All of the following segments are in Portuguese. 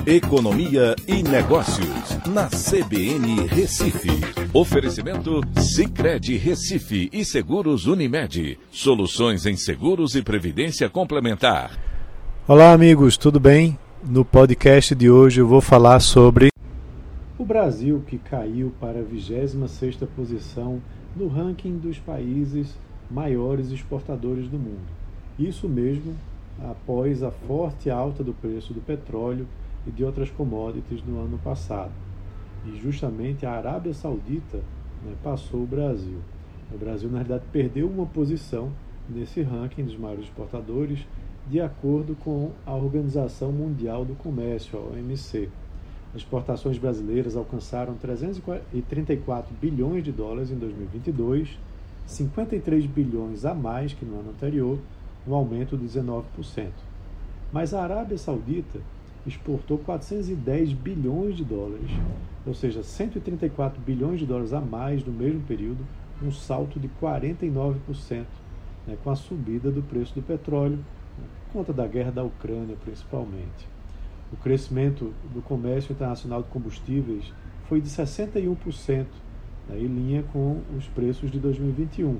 Economia e Negócios, na CBN Recife. Oferecimento Sicredi Recife e Seguros Unimed. Soluções em seguros e previdência complementar. Olá amigos, tudo bem? No podcast de hoje eu vou falar sobre o Brasil, que caiu para a 26ª posição no ranking dos países maiores exportadores do mundo. Isso mesmo após a forte alta do preço do petróleo e de outras commodities no ano passado. E justamente a Arábia Saudita passou o Brasil. O Brasil, na realidade, perdeu uma posição nesse ranking dos maiores exportadores, de acordo com a Organização Mundial do Comércio, a OMC. As exportações brasileiras alcançaram 334 bilhões de dólares em 2022, 53 bilhões a mais que no ano anterior, um aumento de 19%. Mas a Arábia Saudita exportou 410 bilhões de dólares, ou seja, 134 bilhões de dólares a mais no mesmo período, um salto de 49%, com a subida do preço do petróleo, por conta da guerra da Ucrânia principalmente. O crescimento do comércio internacional de combustíveis foi de 61%, em linha com os preços de 2021.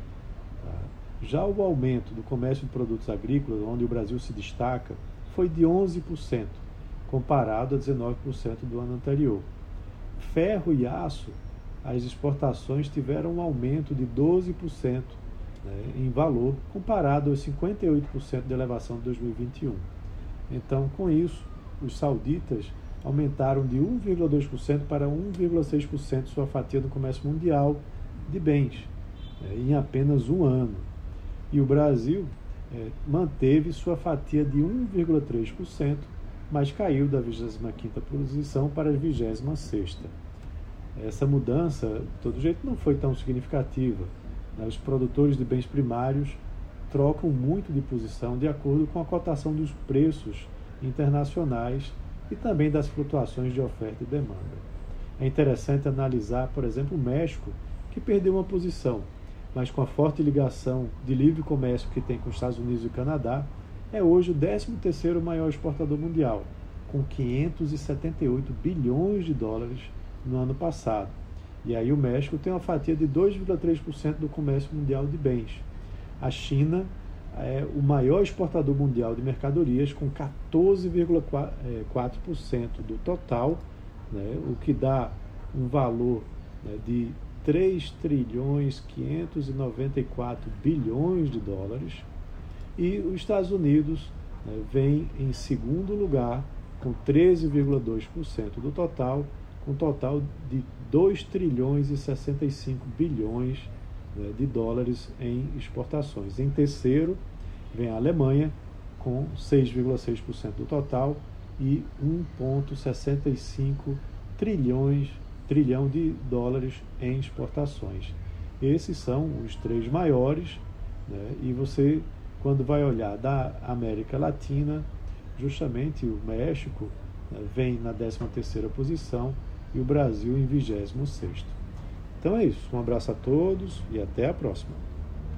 Já o aumento do comércio de produtos agrícolas, onde o Brasil se destaca, foi de 11%, comparado a 19% do ano anterior. Ferro e aço, as exportações tiveram um aumento de 12%, em valor, comparado aos 58% de elevação de 2021. Então, com isso, os sauditas aumentaram de 1,2% para 1,6% sua fatia do comércio mundial de bens, em apenas um ano. E o Brasil manteve sua fatia de 1,3%, mas caiu da 25ª posição para a 26ª. Essa mudança, de todo jeito, não foi tão significativa. Os produtores de bens primários trocam muito de posição de acordo com a cotação dos preços internacionais e também das flutuações de oferta e demanda. É interessante analisar, por exemplo, o México, que perdeu uma posição, mas com a forte ligação de livre comércio que tem com os Estados Unidos e o Canadá, é hoje o 13º maior exportador mundial, com 578 bilhões de dólares no ano passado. E aí o México tem uma fatia de 2,3% do comércio mundial de bens. A China é o maior exportador mundial de mercadorias, com 14,4% do total, o que dá um valor de 3,594 trilhões de dólares. E os Estados Unidos vem em segundo lugar, com 13,2% do total, com um total de 2,65 trilhões de dólares em exportações. Em terceiro, vem a Alemanha, com 6,6% do total e 1,65 trilhão de dólares em exportações. Esses são os três maiores, e você, quando vai olhar da América Latina, justamente o México vem na 13ª posição e o Brasil em 26º. Então é isso. Um abraço a todos e até a próxima.